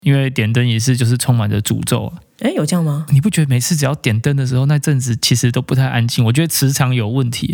因为点灯仪式就是充满着诅咒。 有这样吗？ 你不觉得每次只要点灯的时候，那阵子其实都不太安静？我觉得磁场有问题。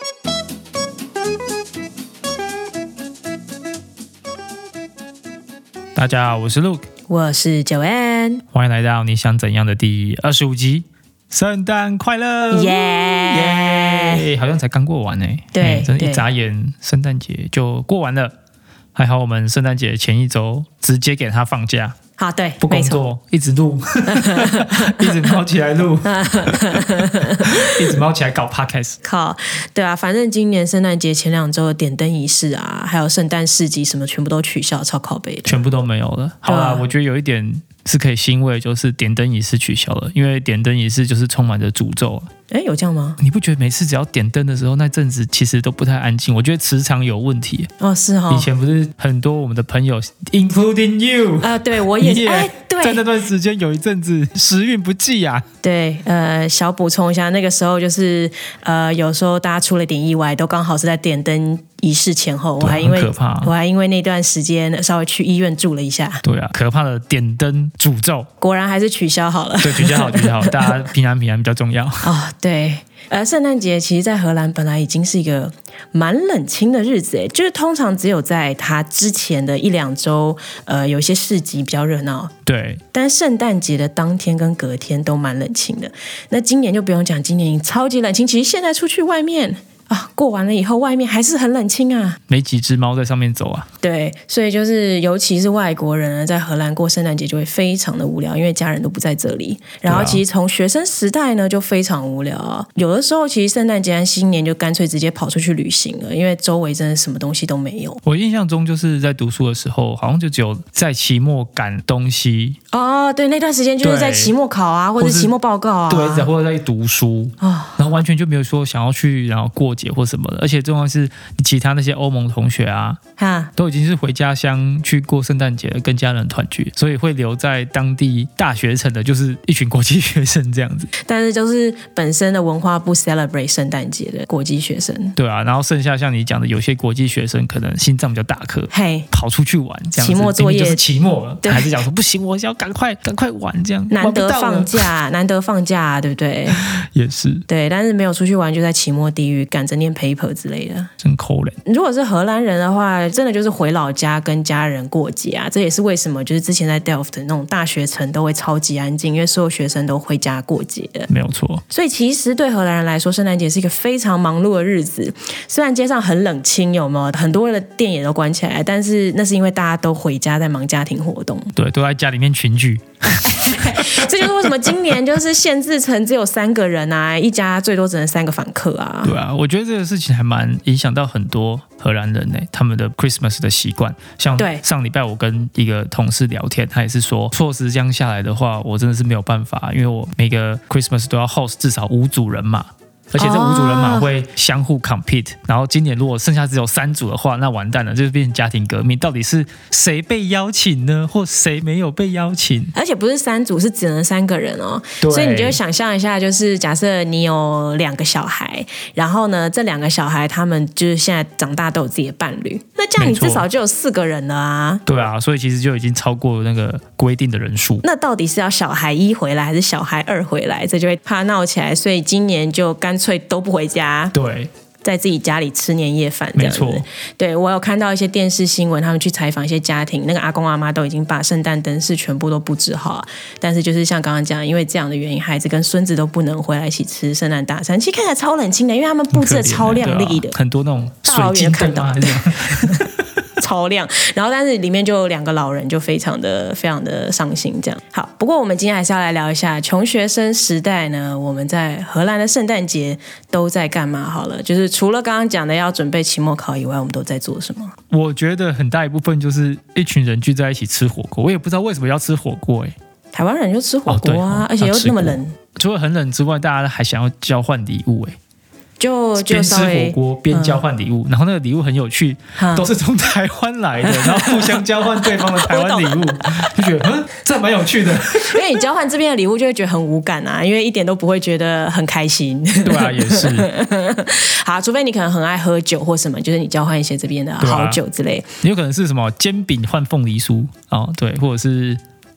大家好，我是 Luke， 我是 Joanne， 欢迎来到你想怎样的第25集。圣诞快乐！耶！好像才刚过完呢。 对， 真的，一眨眼圣诞节就过完了。还好我们圣诞节前一周直接给他放假。 好，对， 不工作，一直录，一直猫起来录，一直猫起来搞 podcast。 靠，对啊，反正今年圣诞节前2周的点灯仪式啊，还有圣诞市集什么，全部都取消，超靠北的， 全部都没有了。好啦，我觉得有一点是可以欣慰，就是点灯仪式取消了，因为点灯仪式就是充满着诅咒。 有这样吗？ 你不觉得每次只要点灯的时候，那阵子其实都不太安静？我觉得磁场有问题。 是哦。 以前不是很多我们的朋友 ，including you， 对我也是。对， 在那段时间有一阵子时运不济啊。 对，小补充一下，那个时候就是有时候大家出了点意外，都刚好是在点灯仪式前后。我还因为那段时间稍微去医院住了一下。 对啊，可怕的点灯诅咒， 果然还是取消好了。 对，取消好，大家平安比较重要。 对，圣诞节其实在荷兰本来已经是一个蛮冷清的日子，就是通常只有在它之前的1-2周，有一些市集比较热闹。 对， 但圣诞节的当天跟隔天都蛮冷清的。那今年就不用讲，今年超级冷清。其实现在出去外面过完了以后，外面还是很冷清啊， 没几只猫在上面走啊。 对，所以就是尤其是外国人呢，在荷兰过圣诞节就会非常的无聊，因为家人都不在这里。然后其实从学生时代呢就非常无聊啊，有的时候其实圣诞节和新年就干脆直接跑出去旅行了，因为周围真的什么东西都没有。 我印象中就是在读书的时候，好像就只有在期末赶东西。 对，那段时间就是在期末考啊，或者期末报告啊， 对，或者在读书然后完全就没有说想要去然后过节或什么的。而且重要是其他那些欧盟同学啊，都已经是回家乡去过圣诞节了，跟家人团聚，所以会留在当地大学城的就是一群国际学生这样子。 但是就是本身的文化不 celebrate 圣诞节的国际学生。 对啊，然后剩下像你讲的有些国际学生可能心脏比较大颗，跑出去玩这样子， 期末作业就是期末了，还是讲说不行，我要赶快玩这样， 难得放假对不对？ 也是。 对，但是没有出去玩，就在期末地狱赶着念 paper 之类的， 真可怜。 如果是荷兰人的话，真的就是回老家跟家人过节啊。这也是为什么就是之前在 Delft 的那种大学城都会超级安静，因为所有学生都回家过节。 没有错。 所以其实对荷兰人来说，圣诞节是一个非常忙碌的日子。虽然街上很冷清，有没有很多的店也都关起来，但是那是因为大家都回家在忙家庭活动。 对，都在家里面群聚。 这就是为什么今年就是限制成只有3个人啊，一家最多只能3个访客啊。 对啊，我觉得这个事情还蛮影响到很多荷兰人呢，他们的 Christmas 的习惯。像上礼拜我跟一个同事聊天，他也是说，措施这样下来的话，我真的是没有办法，因为我每个 Christmas 都要 host 至少5组人马。而且这5组人马会相互 compete，然后今年如果剩下只有3组的话，那完蛋了，就是变成家庭革命。到底是谁被邀请呢，或谁没有被邀请？ 而且不是3组，是只能3个人哦。所以你就想象一下，就是假设你有2个小孩，然后呢，这2个小孩他们就是现在长大都有自己的伴侣，那这样你至少就有4个人了啊。 对啊，所以其实就已经超过那个规定的人数。那到底是要小孩1回来还是小孩2回来？这就会怕闹起来。所以今年就干脆都不回家， 对， 在自己家里吃年夜饭这样子。没错，对，我有看到一些电视新闻，他们去采访一些家庭，那个阿公阿妈都已经把圣诞灯饰全部都布置好，但是就是像刚刚讲，因为这样的原因，孩子跟孙子都不能回来一起吃圣诞大餐。其实看起来超冷清的，因为他们布置的超亮丽的， 很多那种水晶灯啊， 超亮，然后但是里面就有2个老人，就非常的伤心这样。好，不过我们今天还是要来聊一下穷学生时代呢，我们在荷兰的圣诞节都在干嘛好了，就是除了刚刚讲的要准备期末考以外，我们都在做什么？ 我觉得很大一部分就是一群人聚在一起吃火锅。我也不知道为什么要吃火锅台湾人就吃火锅啊，而且又那么冷。 除了很冷之外，大家还想要交换礼物就边吃火锅边交换礼物，然后那个礼物很有趣，都是从台湾来的，然后互相交换对方的台湾礼物，就觉得这蛮有趣的。 因为你交换这边的礼物就会觉得很无感啊，因为一点都不会觉得很开心。 对啊，也是。 好，除非你可能很爱喝酒或什么，就是你交换一些这边的好酒之类， 有可能是什么煎饼换凤梨酥对，或者是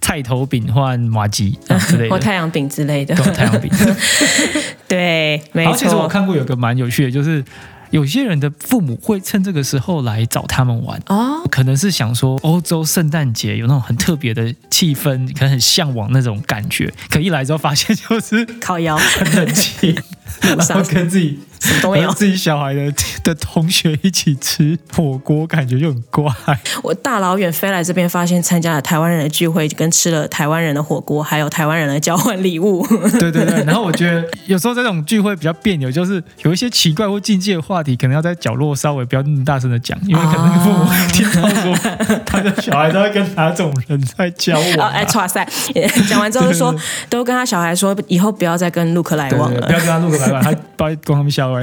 菜头饼换麻吉之类的， 或太阳饼之类的， 太阳饼。 对，没错。 其实我看过有个蛮有趣的，就是有些人的父母会趁这个时候来找他们玩可能是想说欧洲圣诞节有那种很特别的气氛，可能很向往那种感觉，可一来之后发现就是靠腰很冷清，然后跟自己什么都没有， 自己小孩的同学一起吃火锅，感觉就很怪。 我大老远飞来这边，发现参加了台湾人的聚会，跟吃了台湾人的火锅，还有台湾人的交换礼物。 对，然后我觉得有时候这种聚会比较别扭，就是有一些奇怪或禁忌的话题，可能要在角落稍微不要那么大声的讲，因为可能父母听到说他的小孩都在跟哪种人在交往。 哇塞！讲完之后就说，都跟他小孩说，以后不要再跟陆克来往了， 不要跟他陆克来往，他不要跟他们小孩。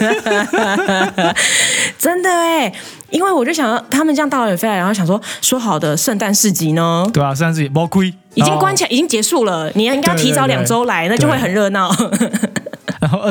真的哎，因为我就想他们这样大老远飞来，然后想说好的圣诞市集呢？ 对啊，圣诞市集没亏， 已经关起来，已经结束了。你应该提早2周来，那就会很热闹。 然后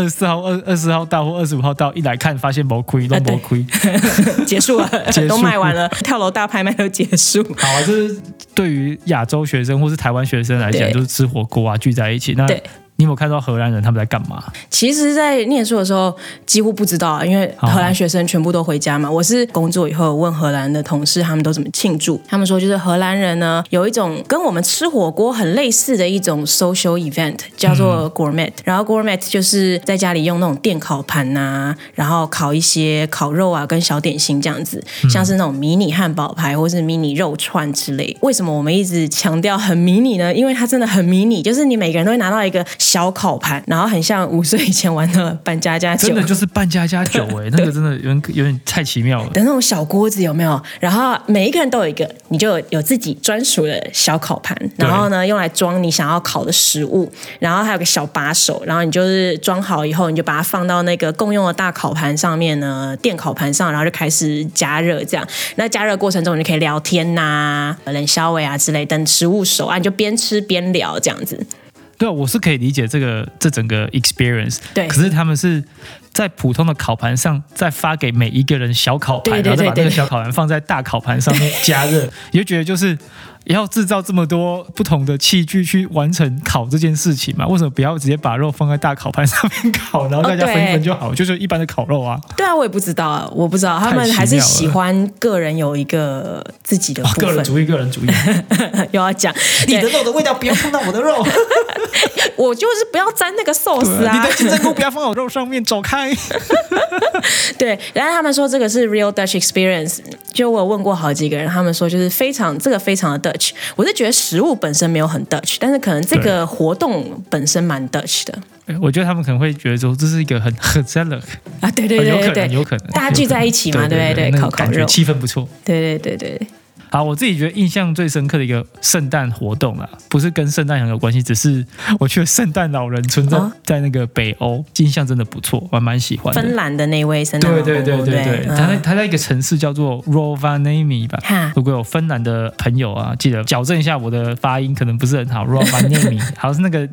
24号到或25号到，一来看发现没亏，都没亏， 结束了，都卖完了，跳楼大拍卖都结束。 好啊，这是对于亚洲学生或是台湾学生来讲，就是吃火锅啊，聚在一起。那你有没有看到荷兰人他们在干嘛？ 其实在念书的时候几乎不知道，因为荷兰学生全部都回家嘛。我是工作以后问荷兰的同事他们都怎么庆祝，他们说就是荷兰人呢有一种跟我们吃火锅很类似的一种 social event 叫做 gourmet，然后 gourmet 就是在家里用那种电烤盘啊，然后烤一些烤肉啊跟小点心这样子，像是那种迷你汉堡排或是迷你肉串之类。为什么我们一直强调很迷你呢？因为它真的很迷你，就是你每个人都会拿到一个小烤盘，然后很像5岁以前玩的扮家家酒， 真的就是扮家家酒那个真的有点太奇妙了。 的那种小锅子有没有？然后每一个人都有一个，你就有自己专属的小烤盘，然后呢用来装你想要烤的食物，然后还有个小把手，然后你就是装好以后，你就把它放到那个共用的大烤盘上面呢，电烤盘上，然后就开始加热这样。那加热过程中你就可以聊天啊、冷消味啊之类，等食物熟啊，你就边吃边聊这样子。 对啊，我是可以理解这整个 experience， 对。 可是他们是在普通的烤盘上再发给每一个人小烤盘， 对， 然后再把那个小烤盘放在大烤盘上面加热，你就觉得就是要制造这么多不同的器具去完成烤这件事情嘛？为什么不要直接把肉放在大烤盘上面烤，然后大家分一分就好，就是一般的烤肉啊？对啊，我也不知道，他们还是喜欢个人有一个自己的部分， 个人主义又要讲你的肉的味道不要碰到我的肉。 我就是不要沾那个寿司啊！ 你的金针菇不要放我肉上面，走开！ 对，然后他们说这个是 real Dutch experience， 就我有问过好几个人，他们说就是非常的 Dutch。我是觉得食物本身没有很 Dutch， 但是可能这个活动本身蛮 Dutch 的。 我觉得他们可能会觉得说这是一个很 gezellig 啊，对， 有可能大家聚在一起嘛，对不对？烤肉， 气氛不错。 对。 好，我自己觉得印象最深刻的一个圣诞活动啦，不是跟圣诞很有关系，只是我觉得圣诞老人存在那个北欧，印象真的不错，我还蛮喜欢的。 芬兰的那位圣诞老人， 对，他在一个城市叫做 Rovaniemi 吧。如果有芬兰的朋友啊，记得矫正一下我的发音，可能不是很好。Rovaniemi 好像那个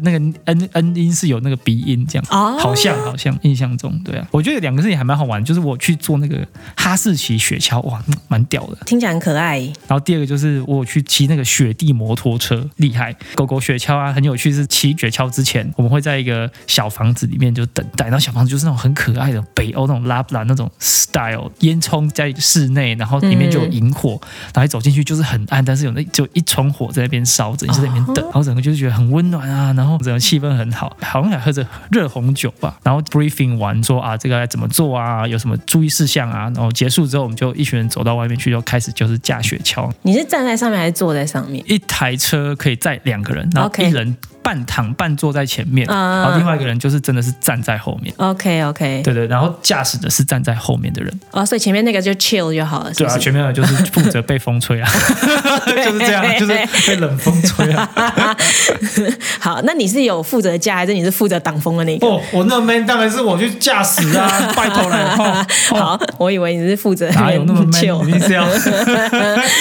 n 音是有那个鼻音这样，好像印象中对啊。我觉得两个事情还蛮好玩，就是我去做那个哈士奇雪橇，哇，蛮屌的， 听起来很可爱。 然后第二个就是我有去骑那个雪地摩托车，厉害，狗狗雪橇啊，很有趣。是骑雪橇之前，我们会在一个小房子里面就等待，然后小房子就是那种很可爱的北欧那种拉布拉那种 style， 烟囱在室内，然后里面就有萤火，然后一走进去就是很暗，但是就一丛火在那边烧着，你就在那边等，然后整个就是觉得很温暖啊，然后整个气氛很好，好像还喝着热红酒吧，然后 briefing 完说啊这个该怎么做啊，有什么注意事项啊，然后结束之后我们就一群人走到外面去，就开始就是架雪橇。 你是站在上面还是坐在上面？ 一台车可以载2个人，然后一人半躺半坐在前面，然后另外一个人就是真的是站在后面。 OK， 对，然后驾驶的是站在后面的人。 所以前面那个就 chill 就好了，是不是？ 对啊，前面的就是负责被风吹啊，就是这样，就是被冷风吹啊。 好，那你是有负责驾，还是你是负责挡风的那个？ 我那边当然是我去驾驶啊，拜托了。 好，我以为你是负责哪有那么 man？ 一定是要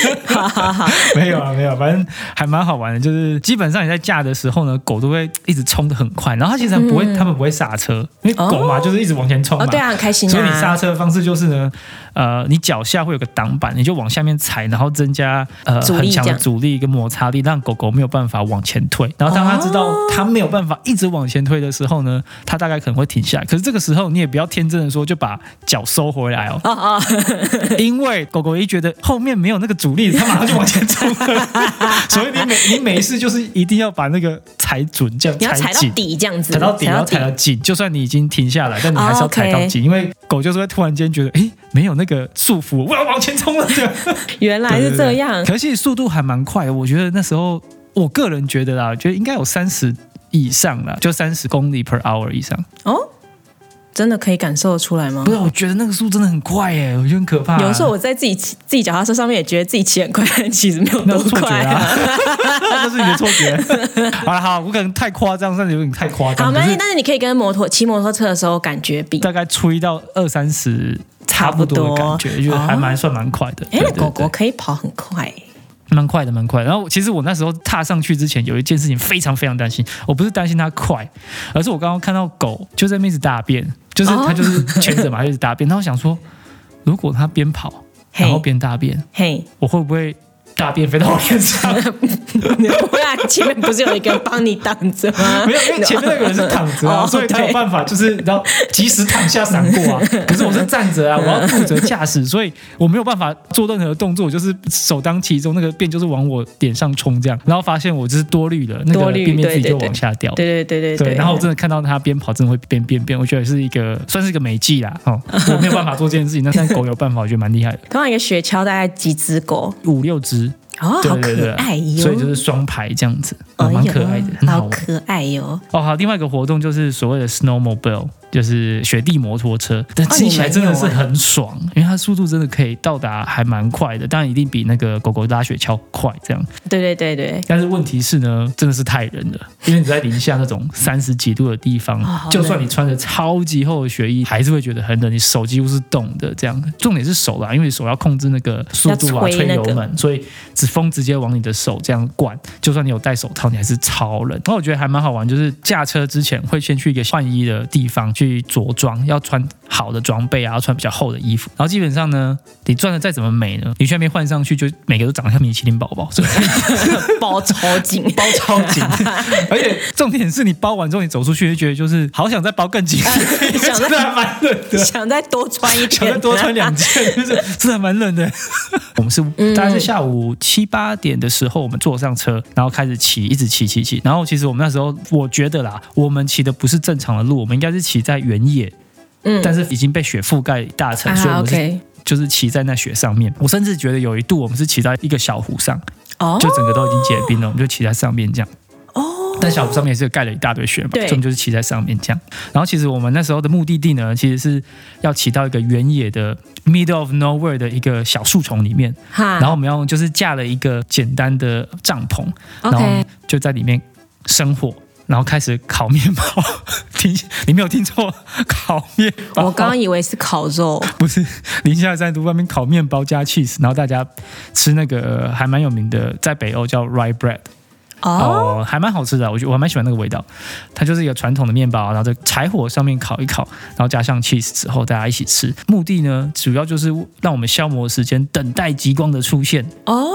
没有啊，没有，反正还蛮好玩的。就是基本上你在驾的时候呢，狗都会一直冲得很快，然后它其实他们不会刹车，因为狗嘛就是一直往前冲嘛。 对啊，很开心啊。 所以你刹车的方式就是呢，你脚下会有个挡板，你就往下面踩，然后增加很强的阻力跟摩擦力，让狗狗没有办法往前退。然后当它知道它没有办法一直往前推的时候呢，它大概可能会停下来。可是这个时候你也不要天真的说就把脚收回来哦，因为狗狗一觉得后面没有那个阻力，它马上就往前冲了。所以你每一次就是一定要把那个踩准，这样踩到底，这样子踩到底，然后踩到紧。就算你已经停下来，但你还是要踩到紧，因为狗就是会突然间觉得，没有那个束缚，我要往前冲了。这样原来是这样。 可是速度还蛮快的，我觉得那时候我个人觉得啦，觉得应该有30以上啦，就30公里 per hour 以上。 真的可以感受得出来吗？ 不是，我觉得那个速度真的很快耶，我觉得很可怕。 有时候我在自己脚踏车上面也觉得自己骑很快，但其实没有那么快那是你的错觉。好，我可能太夸张，甚至有点太夸张。 好，但是你可以跟骑摩托车的时候感觉比， 大概吹到20-30差不多的感觉，觉得还算蛮快的。 那狗狗可以跑很快。 蛮快的。然后其实我那时候踏上去之前，有一件事情非常非常担心。我不是担心它快，而是我刚刚看到狗就在那边一直大便，就是它就是蜷着嘛，就一直大便。然后我想说，如果它边跑然后边大便，我会不会大便飞到我脸上？ 不然前面不是有一个人帮你挡着吗？ 没有，因为前面那个人是躺着啊，所以他有办法就是你知道及时躺下闪过啊。可是我是站着啊，我要负责驾驶，所以我没有办法做任何动作，我就是首当其冲，那个便就是往我脸上冲这样。然后发现我就是多虑了，那个便自己就往下掉。对。然后我真的看到他边跑真的会变，我觉得算是一个美技啦。我没有办法做这件事情，但狗有办法，我觉得蛮厉害的。 通常一个雪橇大概几只狗 ？5-6只。 好可爱哟！ 所以就是双排这样子，蛮可爱的，很好玩， 好可爱哟。 好，另外一个活动就是所谓的 snowmobile， 就是雪地摩托车，但骑起来真的是很爽，因为它速度真的可以到达还蛮快的，当然一定比那个狗狗拉雪橇快这样。 对。 但是问题是呢，真的是太冷了，因为你在零下那种30几度的地方，就算你穿着超级厚的雪衣，还是会觉得很冷，你手几乎是冻的这样。重点是手啦，因为手要控制那个速度啊，吹油门，所以风直接往你的手这样灌，就算你有戴手套，你还是超冷。然后我觉得还蛮好玩，就是驾车之前会先去一个换衣的地方去着装，要穿好的装备啊，要穿比较厚的衣服。然后基本上呢，你穿的再怎么美呢，你去那边换上去，就每个都长得像米其林宝宝，所以包超紧， 而且重点是你包完之后，你走出去就觉得就是好想再包更紧，真的还蛮冷的， 想再多穿一点， 想再多穿2件，就是真的蛮冷的。我们是大概是下午7-8点的时候，我们坐上车，然后开始骑，一直骑。然后其实我们那时候，我觉得啦，我们骑的不是正常的路，我们应该是骑在原野，但是已经被雪覆盖大层，所以我们是就是骑在那雪上面。我甚至觉得有一度我们是骑在一个小湖上，就整个都已经结冰了，我们就骑在上面这样。但小湖上面也是盖了一大堆雪嘛，所以我们就是骑在上面这样。然后其实我们那时候的目的地呢，其实是要骑到一个原野的 middle of nowhere 的一个小树丛里面，然后我们要就是架了一个简单的帐篷，然后就在里面生火，然后开始烤面包。你没有听错，烤面包。 我刚刚以为是烤肉， 不是，零下3度，外面烤面包加 cheese， 然后大家吃那个还蛮有名的，在北欧叫 rye bread。还蛮好吃的，我还蛮喜欢那个味道。它就是一个传统的面包，然后在柴火上面烤一烤，然后加上 cheese 之后，大家一起吃。目的呢，主要就是让我们消磨时间，等待极光的出现。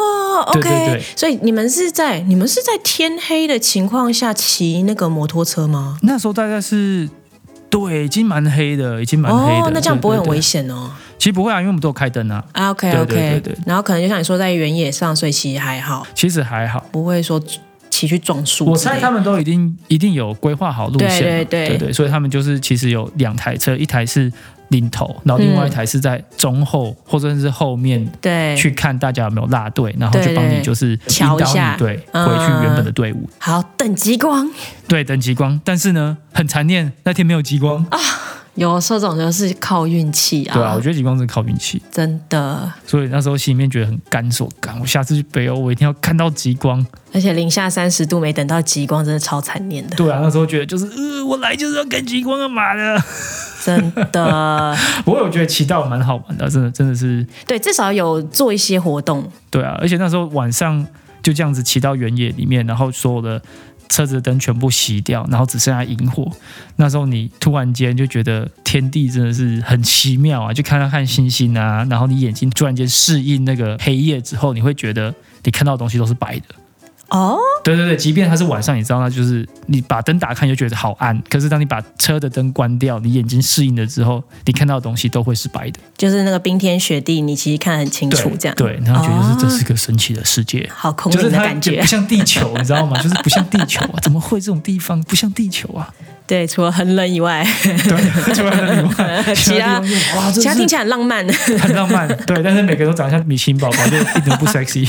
OK， 对。 所以你们是在天黑的情况下骑那个摩托车吗？ 那时候大概是对，已经蛮黑的。 那这样不会很危险哦？ 其实不会啊，因为我们都有开灯啊。 OK， 对。然后可能就像你说在原野上，所以其实还好。不会说骑去撞树。 我猜他们都一定有规划好路线。对，所以他们就是其实有2台车，一台是领头，然后另外一台是在中后或者是后面，去看大家有没有落队，然后就帮你就是瞧一下， 回去原本的队伍。 好，等极光。 对，等极光，但是呢，很残念，那天没有极光啊。 有时候这种就是靠运气啊。 对啊，我觉得极光是靠运气， 真的。 所以那时候心里面觉得很干，我下次去北欧，我一定要看到极光。 而且零下30度没等到极光，真的超残念的。 对啊，那时候觉得就是我来就是要看极光啊，妈的。 真的。 不过我觉得骑到蛮好玩的，真的是。 对，至少有做一些活动。 对啊，而且那时候晚上就这样子骑到原野里面，然后所有的车子的灯全部熄掉，然后只剩下萤火。那时候你突然间就觉得天地真的是很奇妙啊，就看星星啊，然后你眼睛突然间适应那个黑夜之后，你会觉得你看到的东西都是白的。 哦， 对对对，即便它是晚上，你知道，那就是你把灯打开就觉得好暗，可是当你把车的灯关掉，你眼睛适应了之后，你看到的东西都会是白的， 就是那个冰天雪地，你其实看得很清楚，这样对，然后觉得这是个神奇的世界， 好空灵的感觉， 就是它不像地球，你知道吗？就是不像地球啊，怎么会这种地方不像地球啊？ 对，除了很冷以外， 对，除了很冷以外， 其他听起来很浪漫， 很浪漫，对，但是每个都长得像米奇宝宝，就一点不 sexy，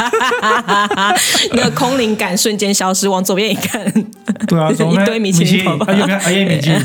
那个空灵感瞬间消失，往左边一看， 对啊， 一堆米奇宝宝， 有没有？哎呀，米奇。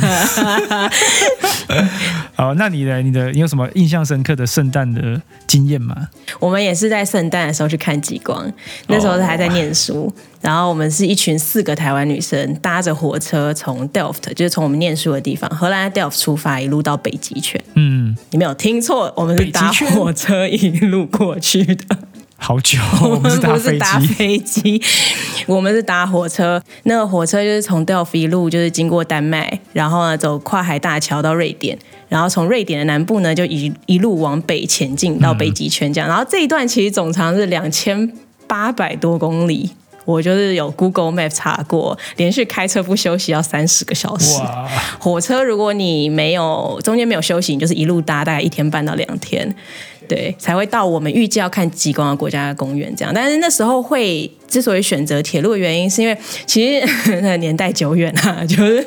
好，那你有什么印象深刻的圣诞的经验吗？ 我们也是在圣诞的时候去看极光，那时候还在念书。然后我们是一群4个台湾女生，搭着火车从 Delft， 就是从我们念书的地方荷兰的 Delft 出发，一路到北极圈。你没有听错，我们是搭火车一路过去的。 好久，我们是搭飞机， 我们是搭火车。那个火车就是从 Delft 一路就是经过丹麦，然后呢走跨海大桥到瑞典，然后从瑞典的南部呢就一路往北前进到北极圈这样。然后这一段其实总长是2800多公里。我就是有 Google Map 查过，连续开车不休息要30个小时。火车如果你中间没有休息，你就是一路搭大概1天半到2天，对，才会到我们预计要看极光的国家公园这样。但是那时候之所以选择铁路的原因，是因为其实那年代久远啊，就是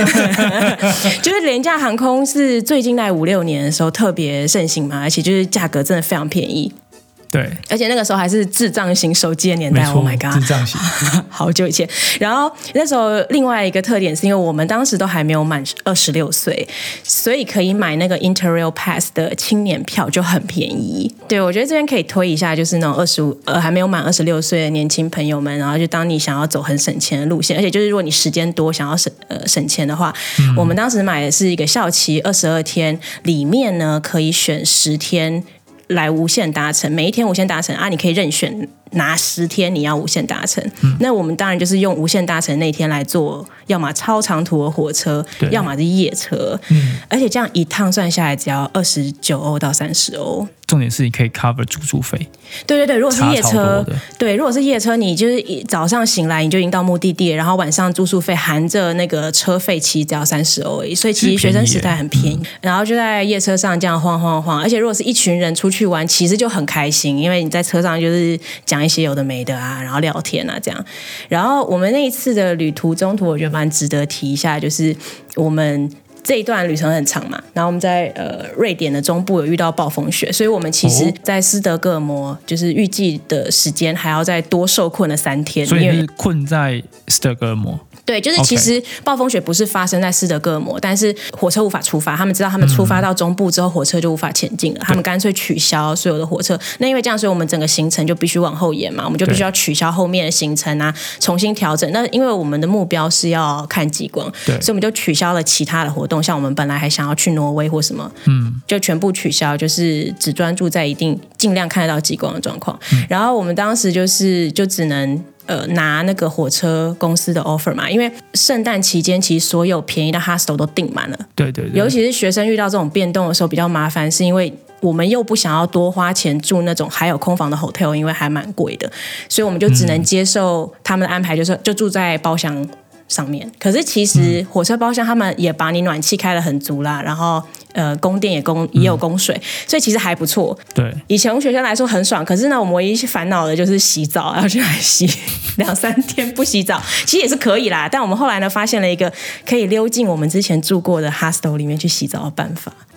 廉价航空是最近在5-6年的时候特别盛行嘛，而且就是价格真的非常便宜。 对， 而且那个时候还是智障型手机的年代 ，Oh my god， 智障型， 好久以前。然后那时候另外一个特点是因为我们当时都还没有满26岁，所以可以买那个 Interrail Pass 的青年票就很便宜。对，我觉得这边可以推一下，就是那种还没有满26岁的年轻朋友们，然后就当你想要走很省钱的路线，而且就是如果你时间多想要省钱的话，我们当时买的是一个校期22天，里面呢可以选10天。来无限达成，每一天无限达成啊！你可以任选哪10天你要无限达成。那我们当然就是用无限达成那天来做，要么超长途的火车，要么是夜车。而且这样一趟算下来只要29欧到30欧。 重点是你可以 cover 住宿费。 对对对，如果是夜车，对，如果是夜车，你就是早上醒来你就已经到目的地，然后晚上住宿费含着那个车费，其实只要30欧而已，所以其实学生时代很便宜。然后就在夜车上这样晃晃晃，而且如果是一群人出去玩，其实就很开心，因为你在车上就是讲一些有的没的啊，然后聊天啊这样。然后我们那一次的旅途中途，我觉得蛮值得提一下，就是我们这一段旅程很长嘛，然后我们在瑞典的中部有遇到暴风雪，所以我们其实在斯德哥尔摩就是预计的时间还要再多受困了3天。 所以你是困在斯德哥尔摩？ 对，就是其实暴风雪不是发生在斯德哥尔摩，但是火车无法出发，他们知道他们出发到中部之后火车就无法前进了，他们干脆取消所有的火车。那因为这样，所以我们整个行程就必须往后延嘛，我们就必须要取消后面的行程啊，重新调整。那因为我们的目标是要看极光，所以我们就取消了其他的活动，像我们本来还想要去挪威或什么，就全部取消，就是只专注在尽量看得到极光的状况。然后我们当时就只能拿那个火车公司的 offer 嘛，因为圣诞期间其实所有便宜的 hostel 都订满了。 对对对， 尤其是学生遇到这种变动的时候比较麻烦，是因为我们又不想要多花钱住那种还有空房的 hotel， 因为还蛮贵的，所以我们就只能接受他们的安排，就住在包厢上面。可是其实火车包厢他们也把你暖气开得很足啦，然后供电也有供水，所以其实还不错。 对， 以穷学生来说很爽。可是呢，我们唯一烦恼的就是洗澡，要去哪里洗？2-3天不洗澡，其实也是可以啦。但我们后来呢，发现了一个可以溜进我们之前住过的 hostel 里面去洗澡的办法。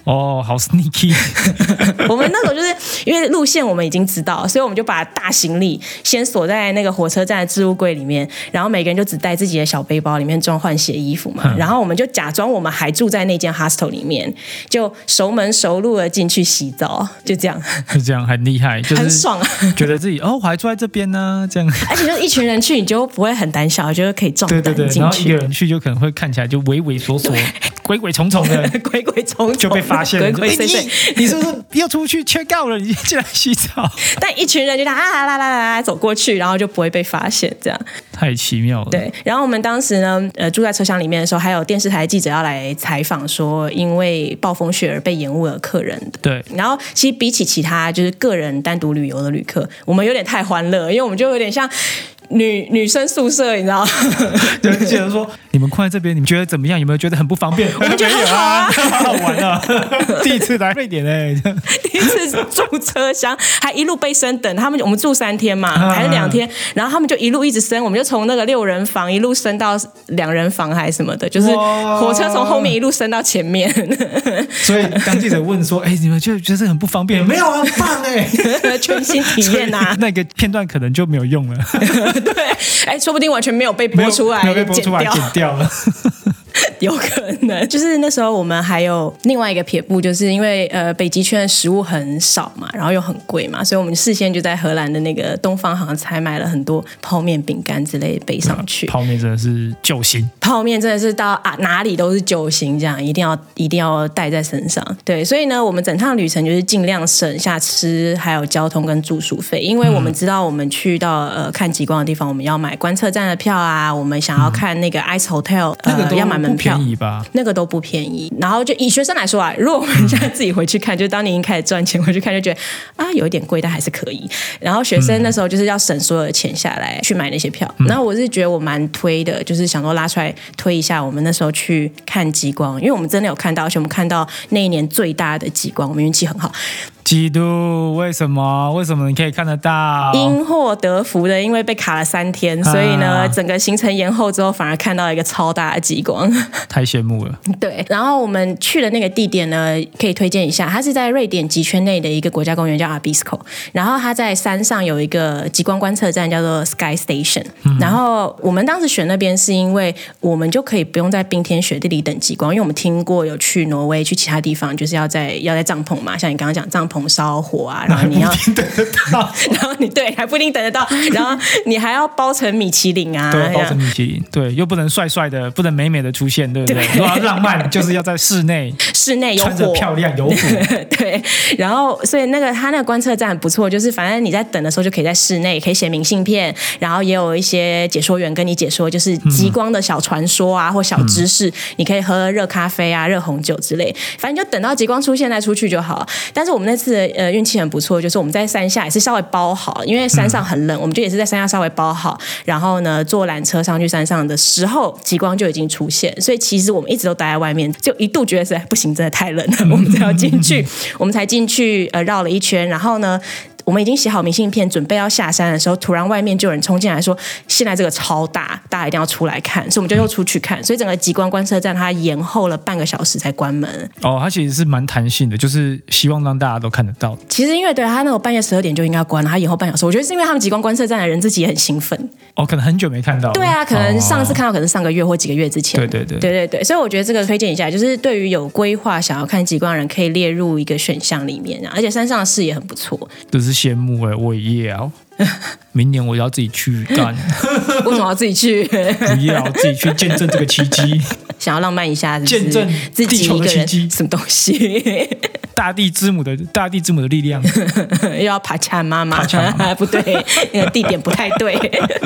哦，好 sneaky。 我们那时候就是因为路线我们已经知道，所以我们就把大行李先锁在那个火车站的置物柜里面，然后每个人就只带自己的小背包，里面装换洗衣服嘛。然后我们就假装我们还住在那间 hostel 里面，就熟门熟路的进去洗澡，就这样。 就这样很厉害，就是很爽啊！ 觉得自己我还住在这边呢，这样。 而且就一群人去，你就不会很胆小，就可以壮胆进去。 对，然后一个人去就可能会看起来就畏畏缩缩、鬼鬼祟祟的， 鬼鬼祟祟就被发现了。 鬼鬼祟祟， 你是不是又出去 check out 了？你进来洗澡？ 但一群人就啦走过去，然后就不会被发现，这样太奇妙了。 对，然后我们当时呢，住在车厢里面的时候，还有电视台记者要来采访，说因为暴风雪而被延误了客人。 对， 然后其实比起其他就是个人单独旅游的旅客，我们有点太欢乐，因为我们就有点像女生宿舍，你知道？ 就记得说你们困在这边，你们觉得怎么样？有没有觉得很不方便？ 我们觉得很好啊， 好玩啊！第一次来瑞典第一次住车厢，还一路被升等。我们住3天嘛，还是2天，然后他们就一路一直升，我们就从那个6人房一路升到2人房还是什么的，就是火车从后面一路升到前面。 所以当记者问说：“你们觉得这很不方便？没有啊，很棒全新体验啊！” 那个片段可能就没有用了。 对，说不定完全没有被播出来， 没有被播出来，剪掉了。 有可能就是那时候我们还有另外一个撇步，就是因为北极圈的食物很少嘛，然后又很贵嘛，所以我们事先就在荷兰的那个东方行采买了很多泡面、饼干之类的背上去。 泡面真的是救星， 泡面真的是到哪里都是救星，这样一定要带在身上。对，所以呢，我们整趟旅程就是尽量省下吃还有交通跟住宿费，因为我们知道我们去到看极光的地方，我们要买观测站的票啊，我们想要看那个 Ice Hotel，要买门票。 便宜吧？ 那个都不便宜。然后就以学生来说啊，如果我们现在自己回去看，就当你已经开始赚钱回去看，就觉得有一点贵，但还是可以。然后学生那时候就是要省所有的钱下来去买那些票。然后我是觉得我蛮推的，就是想说拉出来推一下我们那时候去看极光，因为我们真的有看到，而且我们看到那一年最大的极光，我们运气很好。 基督，为什么你可以看得到？ 因祸得福的，因为被卡了3天，所以呢，整个行程延后之后，反而看到一个超大的极光， 太羡慕了。 对，然后我们去的那个地点呢，可以推荐一下，它是在瑞典极圈内的一个国家公园，叫 Abisko。然后它在山上有一个极光观测站，叫做 Sky Station。然后我们当时选那边是因为我们就可以不用在冰天雪地里等极光，因为我们听过有去挪威、去其他地方，就是要在帐篷嘛，像你刚刚讲帐篷烧火啊，然后你要等得到， 然后你对还不一定等得到，然后你还要包成米其林啊， 对，包成米其林，对，又不能帅帅的，不能美美的出现，对不对？如果要浪漫，就是要在室内有火， 穿着漂亮有火， 对。然后所以他那个观测站很不错，就是反正你在等的时候就可以在室内，可以写明信片，然后也有一些解说员跟你解说，就是极光的小传说啊，或小知识，你可以喝热咖啡啊、热红酒之类，反正就等到极光出现再出去就好。但是我们那次运气很不错，就是我们在山下也是稍微包好，因为山上很冷，我们就也是在山下稍微包好，然后呢坐缆车上去山上的时候，极光就已经出现，所以其实我们一直都待在外面，就一度觉得是不行，真的太冷了，我们才要进去，我们才进去绕了一圈，然后呢。我们已经写好明信片，准备要下山的时候，突然外面就有人冲进来说：“现在这个超大，大家一定要出来看。”所以我们就又出去看。所以整个极光观测站它延后了半个小时才关门。 哦，它其实是蛮弹性的，就是希望让大家都看得到。 其实因为对它那种半夜12点就应该关了，它延后半小时，我觉得是因为他们极光观测站的人自己也很兴奋。 哦，可能很久没看到。 对啊，可能上次看到可能上个月或几个月之前。对，所以我觉得这个推荐一下，就是对于有规划想要看极光的人，可以列入一个选项里面，而且山上的视野很不错。 真是羡慕我也要。明年我要自己去干。 为什么要自己去？ 不要自己去见证这个奇迹。 想要浪漫一下， 见证自己地球的奇迹， 什么东西？ 大地之母的力量。 又要爬墙妈妈，不对，那个地点不太对。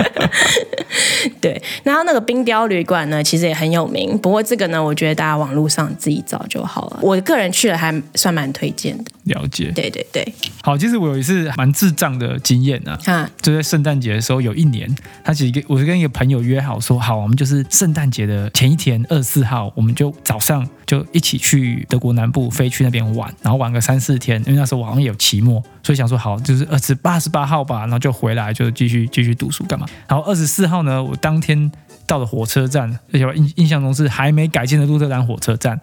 对，然后那个冰雕旅馆呢，其实也很有名。不过这个呢，我觉得大家网络上自己找就好了。我个人去了，还算蛮推荐的。 了解， 对。 好，其实我有一次蛮智障的经验啊，就在圣诞节的时候，有一年，我是跟一个朋友约好说，好，我们就是圣诞节的前一天24号，我们就早上就一起去德国南部飞去那边玩，然后玩个3-4天，因为那时候我好像也有期末，所以想说好，就是28号吧，然后就回来就继续读书干嘛。然后24号呢，我当天到了火车站，而且我印象中是还没改建的鹿特丹火车站，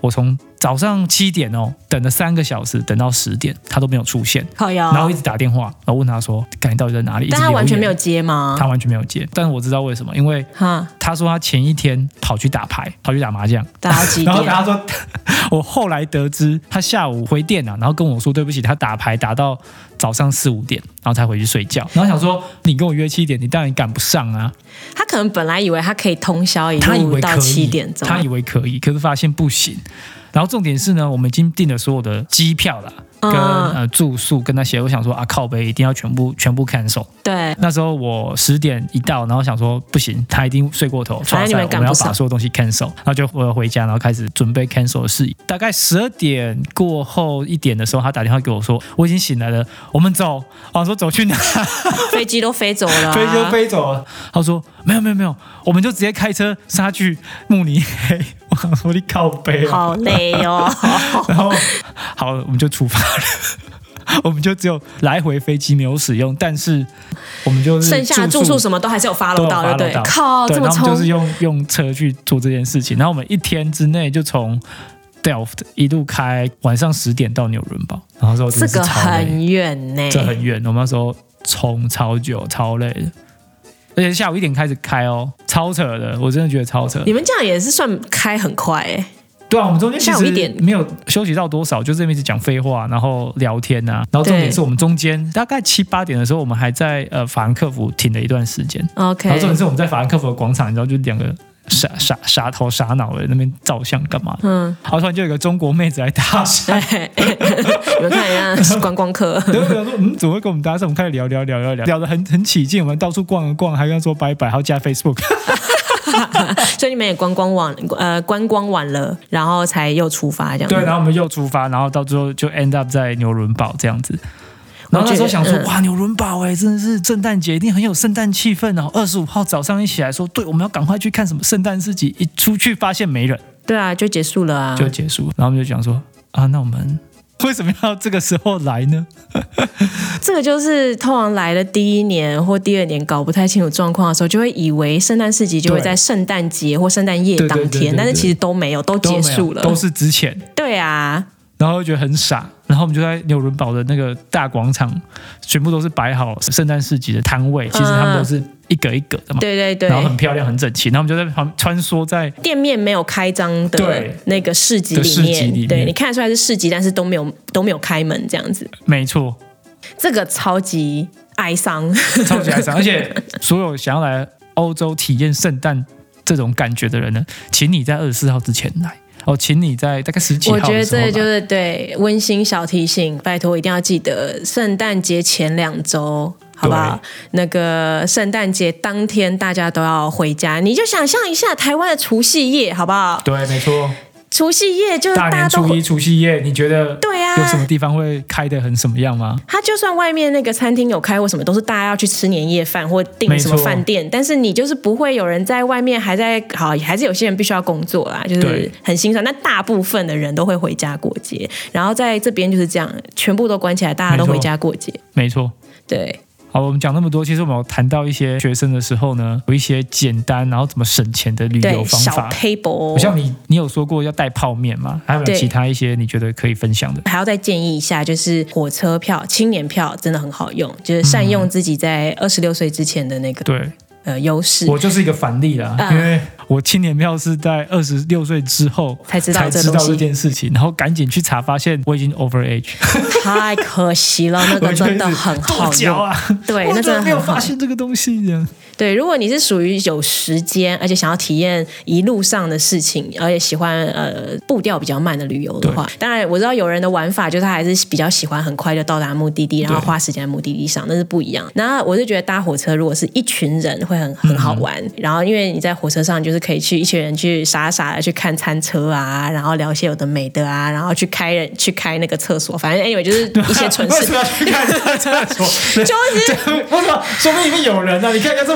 我从早上7点等了3个小时，等到10点他都没有出现，然后一直打电话，然后问他说你到底在哪里， 但他完全没有接吗？ 他完全没有接，但是我知道为什么，因为他说他前一天跑去打牌，跑去打麻将， 打到几点？ 然后他说我后来得知他下午回电然后跟我说对不起，他打牌打到早上4、5点，然后才回去睡觉，然后想说你跟我约7点，你当然赶不上啊。 他可能本来以为他可以通宵一路到7点钟， 他以为可以，可是发现不行。然后重点是呢，我们已经订了所有的机票啦，跟住宿跟那些，我想说靠北一定要全部 cancel。 对， 那时候我10点一到，然后想说不行，他一定睡过头， 反正你们赶不上， 我们要把所有东西 cancel， 然后就回家，然后开始准备 cancel 的事宜。大概12点过后1点的时候，他打电话给我说我已经醒来了，我们走。我说走去哪？ 飞机都飞走了， 飞机都飞走了。他说没有，我们就直接开车杀去慕尼黑。我想说你靠北， 好累哦。 然后好，我们就出发了。我们就只有来回飞机没有使用，但是我们就是剩下住宿什么都还是有 follow 到，对不对？靠，这么冲！ 然后我们就是用车去做这件事情，然后我们1天之内就从 Delft 一路开，晚上10点到纽伦堡，然后说这个很远呢， 这很远，我们那时候冲超久，超累的。而且下午1点开始开超扯的，我真的觉得超扯。 你们这样也是算开很快对啊，我们中间其下午1点没有休息到多少，就这边一直讲废话，然后聊天啊，然后重点是我们中间大概7、8点的时候，我们还在法兰克福停了一段时间。 OK， 然后重点是我们在法兰克福的广场，你知道，就2个傻头傻脑的那边照相干嘛？然后突然就有一个中国妹子来搭讪， 你们看一下观光客， 对，我想说怎么会跟我们搭讪？我们开始聊得很起劲，我们到处逛了逛，还跟他说拜拜，还要加 Facebook。 所以你们也观光完了，然后才又出发这样子。 对，然后我们又出发，然后到最后就 end up 在纽伦堡这样子。然后那时候想说，哇，纽伦堡真的是圣诞节一定很有圣诞气氛。然后25号早上一起来说，对，我们要赶快去看什么圣诞市集。一出去发现没人， 对啊，就结束了啊， 就结束。然后我们就讲说，那我们为什么要这个时候来呢？ 这个就是通常来的第1年或第2年搞不太清楚状况的时候，就会以为圣诞市集就会在圣诞节或圣诞夜当天，但是其实都没有，都结束了， 都是之前。 对啊。 然后就觉得很傻，然后我们就在纽伦堡的那个大广场，全部都是摆好圣诞市集的摊位，其实他们都是一格一格的嘛，对，然后很漂亮很整齐，然后我们就在旁边穿梭在店面没有开张的那个市集里面，对，你看得出来是市集，但是都没有开门这样子， 没错， 这个超级哀伤， 超级哀伤，而且所有想要来欧洲体验圣诞这种感觉的人呢，请你在24号之前来。请你在大概10几号的时候， 我觉得这就是对温馨小提醒，拜托一定要记得，圣诞节前2周，好不好？那个圣诞节当天大家都要回家，你就想象一下台湾的除夕夜，好不好？ 对，没错。 除夕夜就是大年初1除夕夜，你觉得对啊？ 有什么地方会开得很什么样吗？ 他就算外面那个餐厅有开或什么，都是大家要去吃年夜饭或订什么饭店，但是你就是不会有人在外面还是有些人必须要工作啦，就是很心酸。但大部分的人都会回家过节，然后在这边就是这样，全部都关起来，大家都回家过节。 没错， 对。 好，我们讲那么多，其实我们有谈到一些学生的时候呢，有一些简单然后怎么省钱的旅游方法。 小 paper， 像你有说过要带泡面吗？还有没有其他一些你觉得可以分享的？ 还要再建议一下，就是火车票、青年票真的很好用，就是善用自己在26岁之前的那个优势。 我就是一个反例啦，因为我青年票是在26岁之后才知道这件事情，然后赶紧去查，发现我已经 over age， 太可惜了，那个真的很好用啊！ 对，那真的没有发现这个东西的。 对，如果你是属于有时间，而且想要体验一路上的事情，而且喜欢步调比较慢的旅游的话，当然我知道有人的玩法就是他还是比较喜欢很快就到达目的地，然后花时间在目的地上，那是不一样。那我是觉得搭火车如果是一群人会很好玩，然后因为你在火车上就是可以去一群人去傻傻的去看餐车啊，然后聊一些有的没的啊，然后去开那个厕所，反正 anyway 就是一些蠢事。 为什么要去看厕所？就是为什么？说明里面有人啊！你看人家这么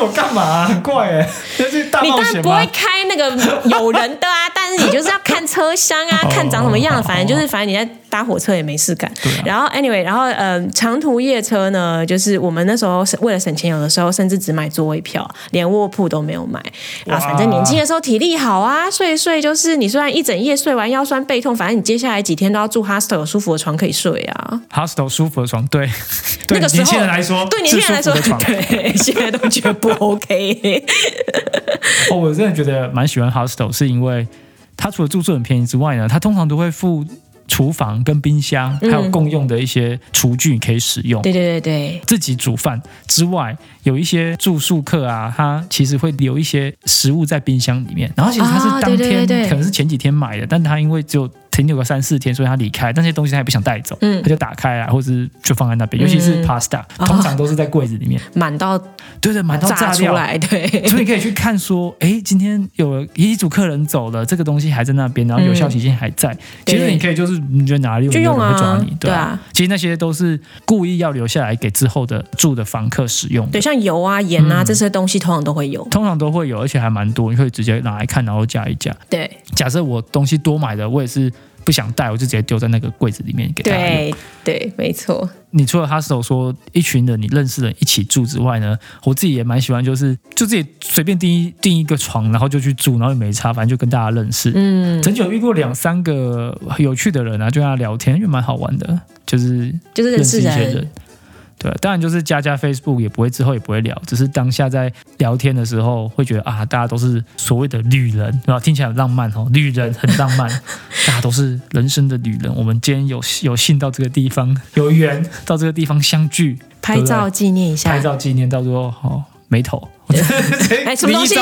我干嘛？很怪哎，那是大冒险吗？ 你当然不会开那个有人的啊，但是你就是要看车厢啊，看长什么样，反正你在搭火车也没事干。然后 anyway， 然后长途夜车呢，就是我们那时候为了省钱，有的时候甚至只买座位票，连卧铺都没有买啊。反正年轻的时候体力好啊，睡一睡就是你虽然一整夜睡完腰酸背痛，反正你接下来几天都要住 hostel 有舒服的床可以睡啊。 hostel 舒服的床，对， 那个时候年轻人来说， 对年轻人来说，对，现在都觉得不 OK。 我真的觉得蛮喜欢 hostel， 是因为它除了住宿很便宜之外呢，它通常都会附厨房跟冰箱，还有共用的一些厨具可以使用。 对， 自己煮饭之外，有一些住宿客啊，他其实会留一些食物在冰箱里面，然后其实他是当天可能是前几天买的，但他因为只有停留个3-4天，所以他离开，但这些东西他也不想带走，他就打开啊，或者是就放在那边。尤其是 pasta，通常都是在柜子里面， 满到满到炸掉出来，对。 所以你可以去看说，今天有一组客人走了，这个东西还在那边，然后有效期限还在。其实你可以就是你觉得哪里有人会抓你，对啊。其实那些都是故意要留下来给之后的住的房客使用的。 对，像油啊、盐啊这些东西通常都会有， 而且还蛮多，你可以直接拿来看，然后加一加。 对， 假设我东西多买的，我也是不想带，我就直接丢在那个柜子里面给大家用。 对，没错。 你除了 hostel 说一群人你认识的人一起住之外呢，我自己也蛮喜欢，就自己随便订一个床，然后就去住，然后也没差，反正就跟大家认识。曾经有遇过2-3个有趣的人啊，就跟他聊天，因为蛮好玩的，就是认识一些人。对，当然就是加 Facebook 也不会之后也不会聊，只是当下在聊天的时候会觉得啊，大家都是所谓的旅人，对吧？听起来很浪漫哦，旅人很浪漫，大家都是人生的旅人。我们今天有幸到这个地方，有缘到这个地方相聚， 拍照纪念一下， 拍照纪念，到时候眉头。 什么东西？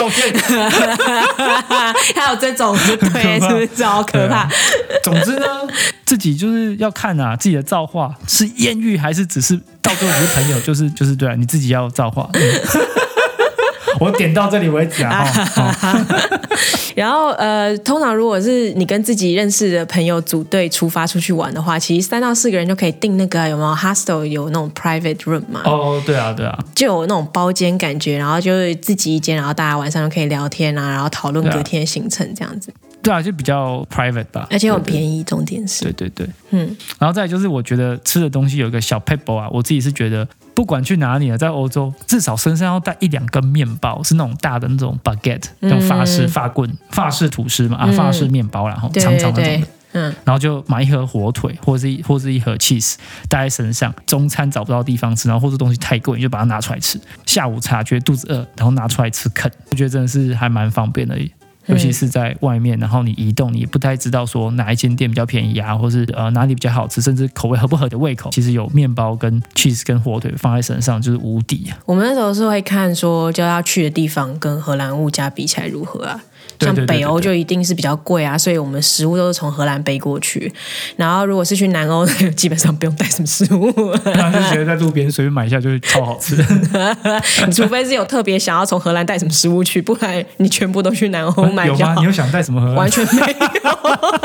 还有这种，对，是不是超可怕？ 总之呢，自己就是要看啊，自己的造化是艳遇还是只是到最后只是朋友，就是对啊，你自己要造化。我点到这里为止啊。 然后通常如果是你跟自己认识的朋友组队出发出去玩的话，其实3到4个人就可以订那个有没有 hostel 有那种 private room 嘛？ 对啊， 就有那种包间感觉，然后就是自己一间，然后大家晚上就可以聊天啊，然后讨论隔天的行程这样子。 对啊，就比较 private 吧， 而且很便宜，重点是。 对，然后再来就是我觉得吃的东西有一个小 pebble 啊，我自己是觉得不管去哪里啊，在欧洲至少身上要带1-2根面包，是那种大的那种 baguette， 那种法棍、法式吐司嘛，法式面包，然后长长那种的。然后就买一盒火腿，或是一盒 cheese 带在身上。中餐找不到地方吃，然后或者东西太贵，你就把它拿出来吃。下午茶觉得肚子饿，然后拿出来吃啃，我觉得真的是还蛮方便的。尤其是在外面，然后你移动，你也不太知道说哪一间店比较便宜啊，或是哪里比较好吃，甚至口味合不合的胃口。其实有面包跟 cheese 跟火腿放在身上就是无敌啊。 我们那时候是会看说就要去的地方跟荷兰物价比起来如何啊。像北欧就一定是比较贵啊，所以我们食物都是从荷兰背过去。然后如果是去南欧，基本上不用带什么食物， 就直接在路边随便买一下就是超好吃。 你除非是有特别想要从荷兰带什么食物去，不然你全部都去南欧买。 有吗？你有想带什么荷兰？ 完全没有。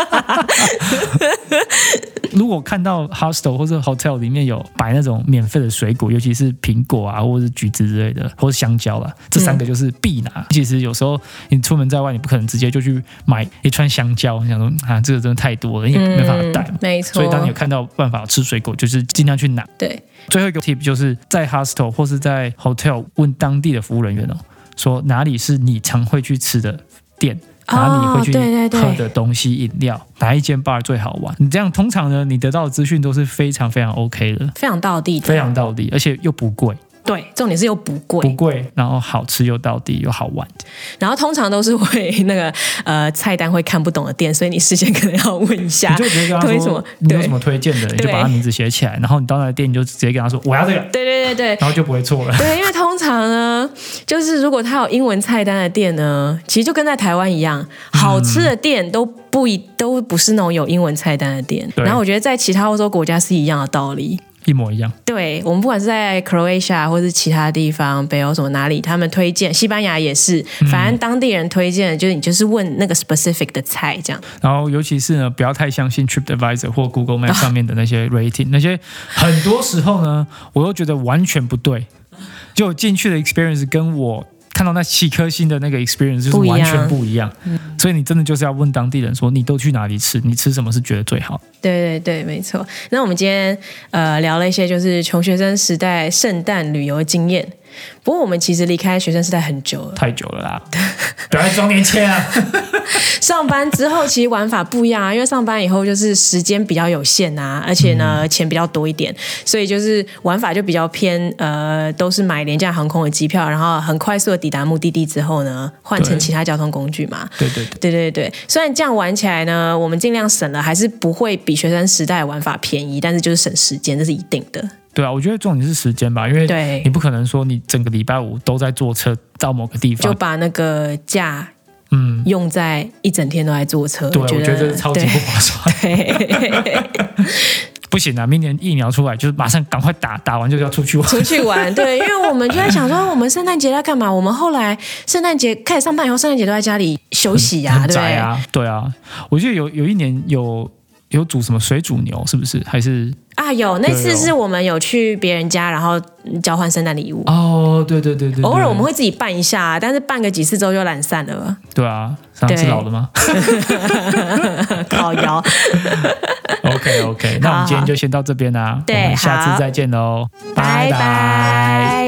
如果看到 hostel 或者 hotel 里面有摆那种免费的水果，尤其是苹果啊，或者是橘子之类的，或者香蕉啦，这3个就是必拿。其实有时候你出门在外，你不可能直接就去买一串香蕉，你想说啊，这个真的太多了，你也没办法带嘛。 没错。 所以当你有看到办法吃水果，就是尽量去拿。 对。 最后一个 tip 就是在 hostel 或是在 hotel 问当地的服务人员说哪里是你常会去吃的店。哪里会去喝的东西饮料，哪一间 bar 最好玩？你这样通常呢，你得到的资讯都是非常非常 OK 的， 非常道地的， 非常道地，而且又不贵。 对，重点是又不贵， 然后好吃又道地又好玩。 然后通常都是会那个菜单会看不懂的店，所以你事先可能要问一下， 你就直接跟他说你有什么推荐的，你就把他名字写起来，然后你到那个店你就直接跟他说我要这个，对，然后就不会错了。 对，因为通常呢，就是如果他有英文菜单的店呢，其实就跟在台湾一样，好吃的店都不是那种有英文菜单的店。然后我觉得在其他欧洲国家是一样的道理。 一模一样。 对，我们不管是在 Croatia 或是其他地方，北欧什么哪里，他们推荐，西班牙也是，反正当地人推荐的，就是你就是问那个 specific 的菜这样。 然后尤其是呢，不要太相信 TripAdvisor 或 Google Map 上面的那些 rating，那些很多时候呢，我又觉得完全不对。 就进去的 experience 跟我看到那7颗星的那个 experience 就是完全不一样，所以你真的就是要问当地人说你都去哪里吃，你吃什么是觉得最好。 对对对，没错。那我们今天聊了一些就是穷学生时代圣诞旅游的经验，不过我们其实离开学生时代很久了， 太久了啦，不要再装年轻啊。 上班之后其实玩法不一样啊，因为上班以后就是时间比较有限啊，而且呢钱比较多一点，所以就是玩法就比较偏都是买廉价航空的机票，然后很快速的抵达目的地之后呢，换成其他交通工具嘛。 对对对对对对，虽然这样玩起来呢，我们尽量省了，还是不会比学生时代的玩法便宜，但是就是省时间，这是一定的。 对啊，我觉得重点是时间吧，因为你不可能说你整个礼拜5都在坐车到某个地方， 就把那个假用在一整天都在坐车。 对，我觉得这是超级不划算。 对， 不行啊，明年疫苗出来就是马上赶快打完就要出去玩。 对，因为我们就在想说我们圣诞节在干嘛，我们后来圣诞节开始上班以后，圣诞节都在家里休息啊，对不对？ 对啊，我记得有一年有煮什么水煮牛，是不是？还是啊，有那次是我们有去别人家，然后交换圣诞礼物。 哦，对对对对， 偶尔我们会自己办一下，但是办个几次之后就懒散了。 对啊，上次老的吗？ 靠腰。 OK， 那我们今天就先到这边啦， 对， 我们下次再见喽， 拜拜。